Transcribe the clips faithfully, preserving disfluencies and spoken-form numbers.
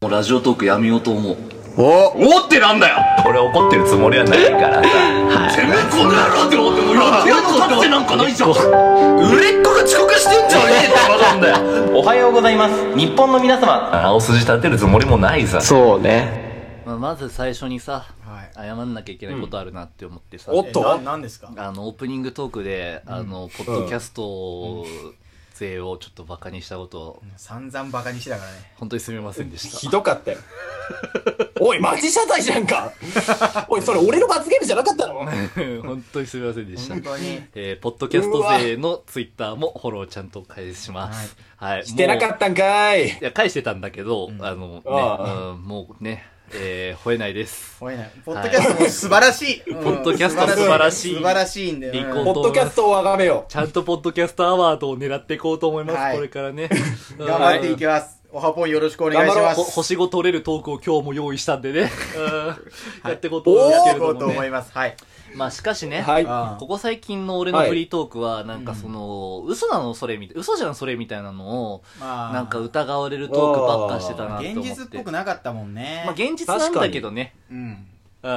もうラジオトークやめようと思う。 おおってなんだよ。 俺怒ってるつもりはないからさ。 てめえこの野郎って思ってもやってやつ立ってなんかないじゃん。売れっ子が遅刻してんじゃねえって話なんだよ。 おはようございます。日本の皆様。青筋立てるつもりもないさ。 そうね。 まあ、まず最初にさ、 はい、 謝んなきゃいけないことあるなって思ってさ、 おっとな何ですか。 あのオープニングトークで、あのポッドキャスト勢をちょっとバカにしたことを、 散々バカにしてたからね。 本当にすみませんでした。 ひどかったよ。おいマジ謝罪じゃんか。おいそれ俺の罰ゲームじゃなかったの。 本当にすみませんでした。 本当に、 えー、ポッドキャスト勢のツイッターもフォローちゃんと返します。はい。はい、 してなかったんかい。 いや返してたんだけど、うん、あのね、 あうん、もうね。えー、吠えないです。 吠えない。ポッドキャストも素晴らしい。 ポッドキャスト素晴らしい。 素晴らしいんだよ。 ポッドキャストをあがめよ。 ちゃんとポッドキャストアワードを狙っていこうと思います、はい、これからね。 頑張っていきます。おはぽんよろしくお願いします。 星ご取れるトークを今日も用意したんでね。やっていこうと思うんですけれどもね。 と思います。はい。 まあしかしね、 はい、 ここ最近の俺のフリートークは、なんかその、うん、嘘なのそれみたいな、嘘じゃんそれみたいなのを、まあ、なんか疑われるトークばっかしてたなって思って。 現実っぽくなかったもんね。 まあ現実なんだけどね。 うん。 うん、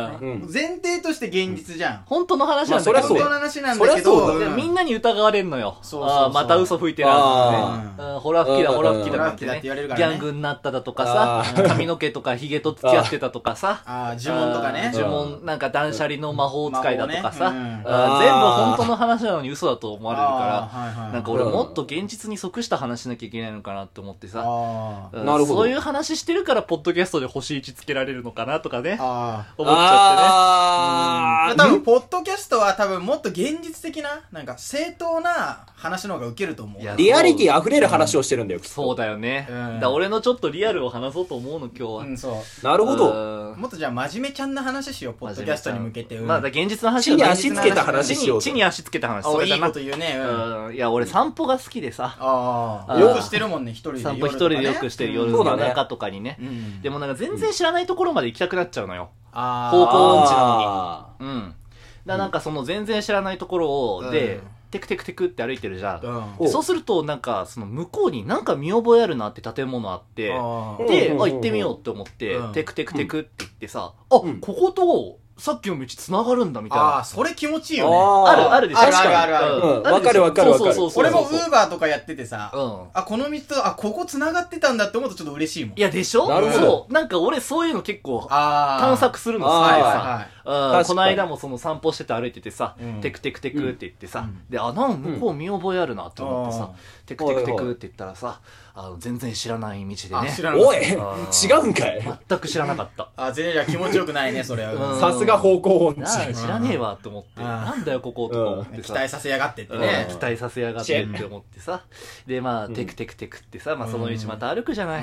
前提として現実じゃん。 本当の話なんだけど、ね、 本当の話なんだけど、 うん、みんなに疑われんのよ。そうそうそう、あまた嘘吹いてるなって、ね、うん、ホラ吹きだホラ吹きだってね、ギャングになっただとかさ、髪の毛とかヒゲと付き合ってたとかさ、 あ呪文とかね、 呪文なんか断捨離の魔法使いだとかさ、ね、うん、全部本当の話なのに嘘だと思われるから、はいはい、なんか俺もっと現実に即した話しなきゃいけないのかなって思ってさ、うん、なるほど、そういう話してるからポッドキャストで星いちつけられるのかなとかね、あ思っちゃってね。 あ多分ポッドキャストは多分もっと現実的ななんか正当な話の方がウケると思う。 リアリティ溢れる話をしてるんだよ。 そうだよね、うん、だ俺のちょっとリアルを話そうと思うの今日は、うん、 そうなるほど。 もっとじゃあ真面目ちゃんな話しよう、ポッドキャストに向けて、うん、 まあだ現実の話、 地に足つけた話しよう。 地に足つけた話、それだな。 いいこと言うね、 うんうん、いや俺散歩が好きでさ、 ああよくしてるもんね、一人で散歩一人でよくしてる、夜の中とかにね、うん、でもなんか全然知らないところまで行きたくなっちゃうのよ、あ方向音痴なのに。うん。だなんかその全然知らないところを、で、うん、テクテクテクって歩いてるじゃん、うん、そうするとなんかその向こうになんか見覚えあるなって建物あって、で、あ行ってみようって思って、うん、テクテクテクって言ってさ、うん、あこことさっきの道繋がるんだみたいな。 ああ、それ気持ちいいよね。 あるあるでしょ。 確かにあるあるある。 わかるわかるわかる。 俺もウーバーとかやっててさ、あ、この道と、あ、ここ繋がってたんだって思うとちょっと嬉しいもん。 いや、でしょ。なるほど。そう。なんか俺そういうの結構探索するの好きでさ、この間もその散歩してて歩いててさ、テクテクテクって言ってさ、で、あ、なん向こう見覚えあるなって思ってさ、テクテクテクって言ったらさ、あの全然知らない道でね。 おい違うんかい。 全く知らなかった。 あ、全然気持ちよくないね、それは。 さすが方向音痴。 知らねえわと思って、なんだよこことか思ってさ、期待させやがってってね。 期待させやがってって思ってさ、でまあテクテクテクってさ、まあその道また歩くじゃない。うん。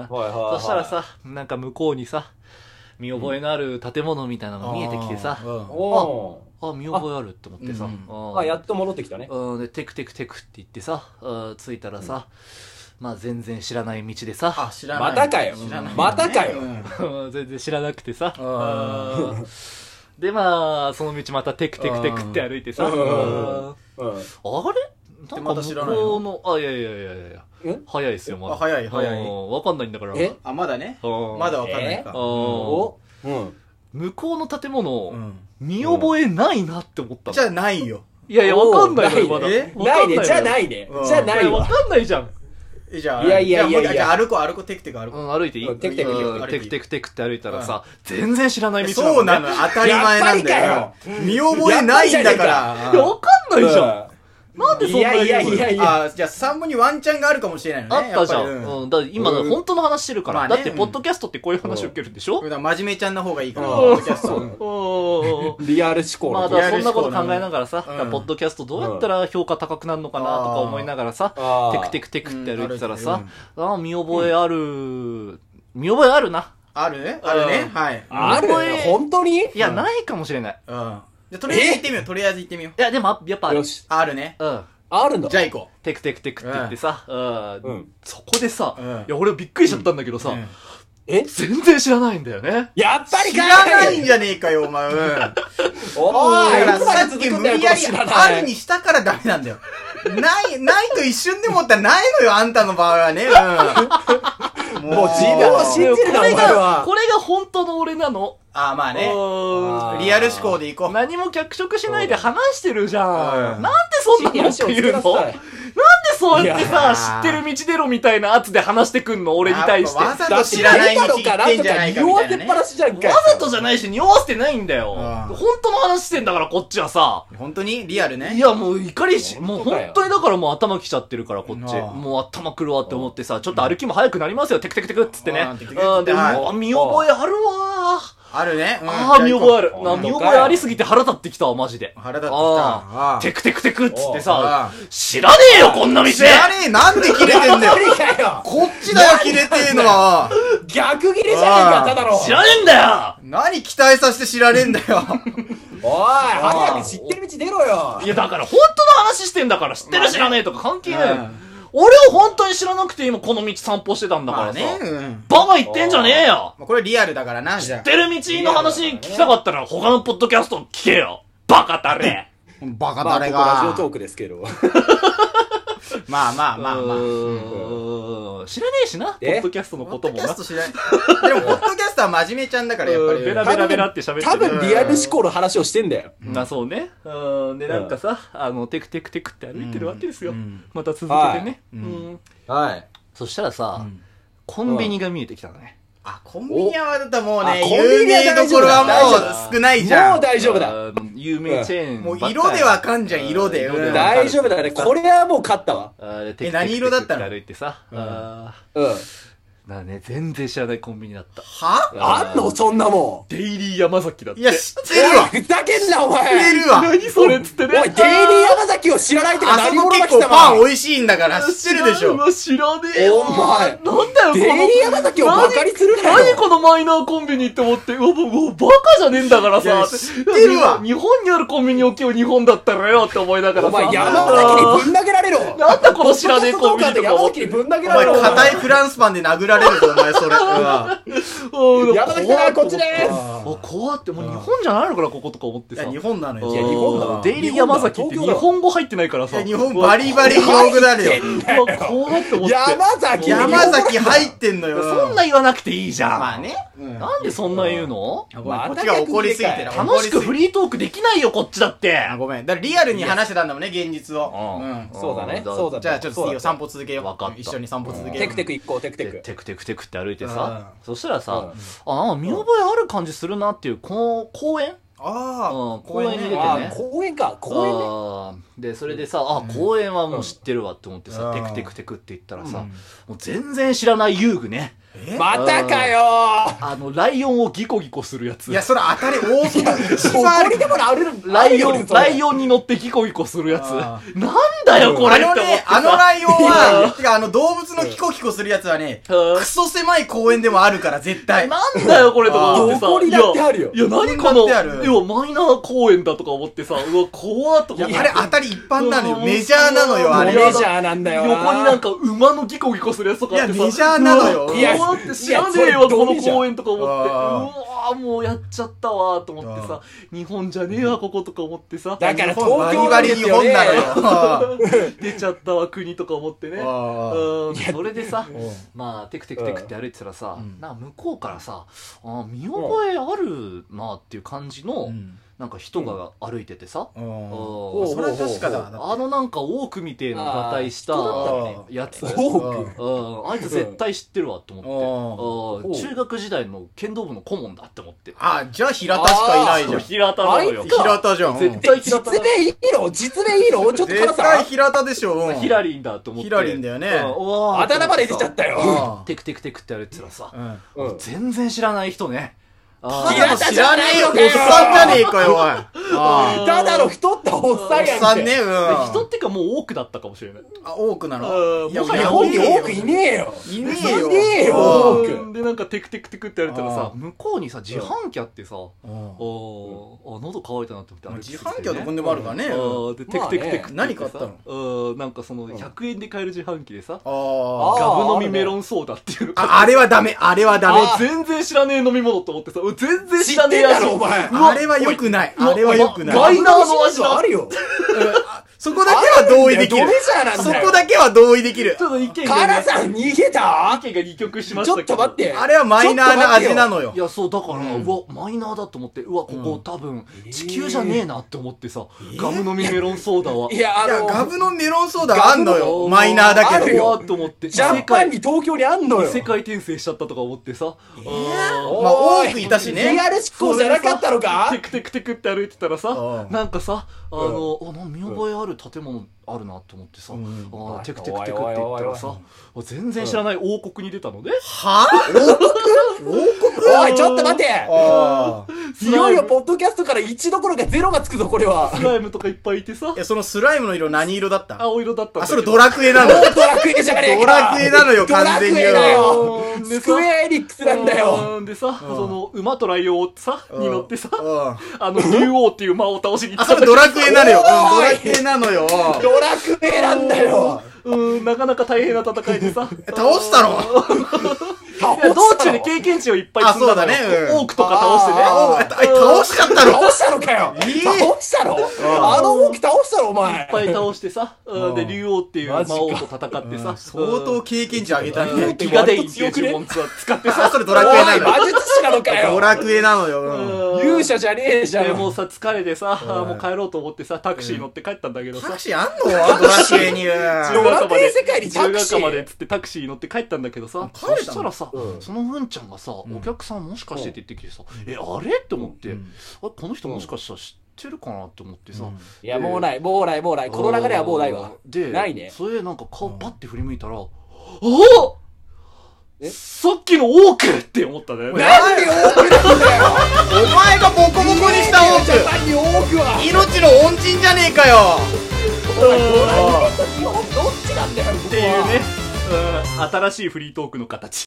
そしたらさ、なんか向こうにさ、見覚えのある建物みたいなのが見えてきてさ、あ、見覚えあるって思ってさ、 あ、やっと戻ってきたね。 うん、でテクテクテクって言ってさ、着いたらさ、まあ全然知らない道でさ、 あ、知らない。 またかよ。またかよ。 全然知らなくてさ、でまあその道またテクテクテクって歩いてさ、あれなんか向こうの、あ、いやいやいやいや早いですよ、まだ。 早い早い。 わかんないんだから。 あ、まだね。まだわかんないか。 向こうの建物、見覚えないなって思ったの。 じゃあないよ。 いやいや、わかんないよ、まだ。 ないね、じゃないね。じゃないわ。 わかんないじゃん。 じゃあ、 いやいやいやいや、歩こう歩こう、テクテク歩こう。 歩いていい？ テクテクテクテクテクって歩いたらさ、全然知らない道そうなの、当たり前なんだよ。見覚えないんだから。 いや、わかんないじゃん。なんでそんなに。 いやいやいやいや。 あ、じゃあ散歩にワンチャンがあるかもしれないのね。 あったじゃん。うん。だ今本当の話してるから。だってポッドキャストってこういう話を受けるんでしょ？ 真面目ちゃんの方がいいから。ポッドキャスト。 リアル思考。 まあだそんなこと考えながらさ、ポッドキャストどうやったら評価高くなるのかなとか思いながらさ、テクテクテクって歩いてたらさ、あ見覚えある見覚えあるな。 ある？あるね。はい。 ある？本当に？ いやないかもしれない。 うん。じゃとりあえず行ってみよう。とりあえず行ってみよう。 いやでもやっぱあるね。 うん。 あるんだ。 じゃあ行こう。 テクテクテクって言ってさ、そこでさ、いや俺びっくりしちゃったんだけどさ、え全然知らないんだよね。 やっぱり知らないんじゃねえかよ、お前。おい、さっき無理やりあるにしたからダメなんだよ。ない、ないと一瞬でもったらないのよ、あんたの場合はね。うん。ももう自分を信じるな、お前は。 これが本当の俺なの。 ああ、まあね。リアル思考でいこう。 何も脚色しないで話してるじゃん。なんでそんなこと言うの？なんでそうやってさ、知ってる道出ろみたいな圧で話してくんの俺に対して。 わざと知らない道言ってんじゃないかみたいなね。 わざとじゃないし、匂わせてないんだよ。本当の話してんだから、こっちはさ。 本当にリアルね。 いや、もう怒りし、もう本当にだからもう頭きちゃってるから、こっち。もう頭くるわって思ってさ、ちょっと歩きも早くなりますよ、テクテクテクっつってね。うん、でも、見覚えあるわー。 あるね。 ああ、見覚えある。な、見覚えありすぎて腹立ってきたわ、マジで。 腹立ってきた。 テクテクテクっつってさ、知らねえよ、こんな店。 知らねえ、なんで切れてんだよ。こっちだよ、切れてえのは。 逆切れじゃねえか、ただの。 知らねえんだよ。 何期待させて知らねえんだよ。 おい、早く知ってる道出ろよ。 いや、だから本当の話してんだから、知ってる知らねえとか関係ないよ。俺を本当に知らなくて今この道散歩してたんだからさ。バカ言ってんじゃねえよ。 これリアルだからな、 知ってる道の話聞きたかったら他のポッドキャスト聞けよ。バカだれ。 バカだれが。 ラジオトークですけど。 まあまあまあまあ。 知らねえしな、ポッドキャストのこともな。 ポッドキャスト知らない。でも、ポッドキャストは真面目ちゃんだから、やっぱり。 ベラベラベラって喋ってる。 多分リアル思考の話をしてんだよ。 あ、そうね。うん。で、なんかさ、あの、テクテクテクって歩いてるわけですよ。また続けてね。うん。 はい。 そしたらさ、コンビニが見えてきたのね。 あ、コンビニはだったらもうね、有名どころはもう少ないじゃん。 もう大丈夫だ。 有名チェーン。 もう色でわかんじゃん、色で。 大丈夫だね。これはもう勝ったわ。 え、何色だったの？歩いてさ。うん。だね、全然知らないコンビニだった。 はあんのそんなもん。 デイリー山崎だって。 いや、知ってるわ。 ふざけんな、お前。 知ってるわ。 何それっつってね。 おい、デイリー山崎を知らないってか何者が来たわ。 あそこ結構パン美味しいんだから知ってるでしょ。 知らねえよ。 お前。 なんだよ、この。 デイリー山崎をバカにするなよ。 何このマイナーコンビニって思って、うわ、もうバカじゃねえんだからさ。 知ってるわ。 日本にあるコンビニ置きを日本だったらよって思いながらさ。 お前、山崎にぶん投げられろ。 なんだこの知らねえコンビニとか思って。 山崎にぶん投げられろ。 お前、硬いフランスパンで殴られるぞ、お前、それ。 山崎さん、こっちでーす。 あ、怖って、もう日本じゃないのかな、こことか思ってさ。 いや、日本なのよ。 いや、日本だな。 デイリー山崎って日本語入ってないからさ。 日本バリバリ日本語だよ。 怖って思って。 山崎山崎入ってんのよ。 そんな言わなくていいじゃん。 まあね。 なんでそんな言うの？ こっちが怒りすぎてる。 楽しくフリートークできないよ、こっちだって。 あ、ごめん。だからリアルに話してたんだもんね、現実を。 うん。そうだね。そうだね。 じゃあちょっと次を散歩続けよう。 分かった。 一緒に散歩続けよう。 テクテク行こう、テクテク。 テクテクテクって歩いてさ。そしたらさ、あ、なんか見覚えある感じするなっていう、こう、公園？ ああ、 公園に出てね。 公園か、公園ね。 で、それでさ、あ、公園はもう知ってるわって思ってさ、テクテクテクって言ったらさ、もう全然知らない遊具ね。 またかよー。 あの、ライオンをギコギコするやつ。 いや、それ当たり大きな。 一番あれでもあるライオン、ライオンに乗ってギコギコするやつ。なんだよ、これって思ってさ。 あのライオンは、てかあの動物のキコキコするやつはね、クソ狭い公園でもあるから、絶対。 なんだよ、これとか思ってさ。 どこにだってあるよ。 いや、何この、要はマイナー公園だとか思ってさ、うわ、怖っとか思って。 あれ当たり一般なのよ。メジャーなのよ、あれ。 メジャーなんだよ。 横になんか馬のギコギコするやつとかあってさ。 いや、メジャーなのよ。 怖って知らねえよ、この公園とか思って。うわもうやっちゃったわと思ってさ、日本じゃねえわ、こことか思ってさ。 だから東京バリバリ日本なのよ。 出ちゃったわ、国とか思ってね。うん、それでさ、まあ、テクテクテクって歩いてたらさ、なんか向こうからさ、あ、見覚えあるなっていう感じの、なんか人が歩いててさ、 それは確かだ。 あのなんかオークみてえな合体したやつ、 オーク、 あいつ絶対知ってるわと思って、中学時代の剣道部の顧問だって思って。 あ、じゃあ平田しかいないじゃん。 平田なのよ。 平田じゃん。 絶対平田。 実名いいの？実名いいの？ちょっと絶対平田でしょ。 ヒラリンだと思って。 ヒラリンだよね。 あだ名まで出ちゃったよ。 テクテクテクってやるって言ったらさ、全然知らない人ね。 ただの知らねえよ、おっさんじゃねえかよ、おい。 ただの太ったおっさんやんけ。 おっさんね、うん。 人ってかもう多くだったかもしれない。 あ、多くなの？ いや、日本に多くいねえよ。 いねえよ。 いねえよ、多く。 で、なんかテクテクテクってやれたらさ、向こうにさ、自販機あってさ、あ、喉乾いたなって思って。 自販機はどこにでもあるからね。 で、テクテクテク。 何買ったの？ なんかその、ひゃくえんで買える自販機でさ、 ガブ飲みメロンソーダっていうの。 あれはダメ、あれはダメ。 全然知らねえ飲み物と思ってさ、全然知らねえ。 知ってんだろお前。 あれは良くない。あれは良くない。 マイナーの味があるよ。 そこだけは同意できる。 ドメジャーなんだよ。 そこだけは同意できる。 ちょっと意見カが、ね、 ラさん逃げた意見が二極しましたけど。 ちょっと待って。 あれはマイナーな味なのよ。 いや、そう、だから、うん、うわ、マイナーだと思って、うわ、ここ多分、地球じゃねえなって思ってさ、えー、ガム飲みメロンソーダは。 いや、あのいや、ガム飲みメロンソーダあんのよ。マイナーだけど。 あるよと思って。 ジャパンに東京にあんのよ。 世界転生しちゃったとか思ってさ。 えー、まあ、多くいたしね。 リアル思考じゃなかったのかテクテクテクって歩いてたらさ、なんかさ、あの、あ、なん見覚えある建物あるなと思ってさ、あテクテクテクって言ったらさ、全然知らない王国に出たのね。 はぁ？王国？王国？ おい、ちょっと待て！いよいよポッドキャストからいちどころかゼロがつくぞ、これは。 スライムとかいっぱいいてさ。 え、そのスライムの色何色だった？ 青色だった。 あ、それドラクエなの。 ドラクエじゃねえか。 ドラクエなのよ、完全に。 ドラクエだよ。スクエアエニックスなんだよ。 でさ、その、馬とライオンをさ、に乗ってさ、あの、竜王っていう魔を倒しに行った。 あ、それドラクエなのよ。ドラクエなのよ。 ドラクエなんだよ。 うん、なかなか大変な戦いでさ。 倒したの？ 道中で経験値をいっぱい積んだのよ。オークとか倒してね。 倒しちゃったの？ 倒したのかよ。倒したの？あのオーク倒したのお前。 いっぱい倒してさ、で、竜王っていう魔王と戦ってさ。 相当経験値上げたね。 ギガデインっていう呪文使ってさ。 それドラクエなのよ。 魔術師なのかよ。 ドラクエなのよ。 勇者じゃねえじゃん。 で、もうさ、疲れてさ、もう帰ろうと思ってさ、タクシー乗って帰ったんだけどさ。 タクシーあんの？ドラクエに。 ドラクエ世界にタクシー。 自由が丘までつってタクシー乗って帰ったんだけどさ、そしたらさ、そのうんちゃんがさ、お客さんもしかしてって言ってきてさ、え、あれって思って、あ、この人もしかしたら知ってるかなって思ってさ。 いや、もうない、もうない、もうない。この流れはもうないわ。 で、 ないね。 それでなんか顔パッて振り向いたら、あっさっきのオークって思ったね。 なんでオークなんだよ。 お前がボコボコにしたオーク。命の恩人じゃねえかよ。 ドラクエと日本どっちなんだよ。 っていうね、新しいフリートークの形。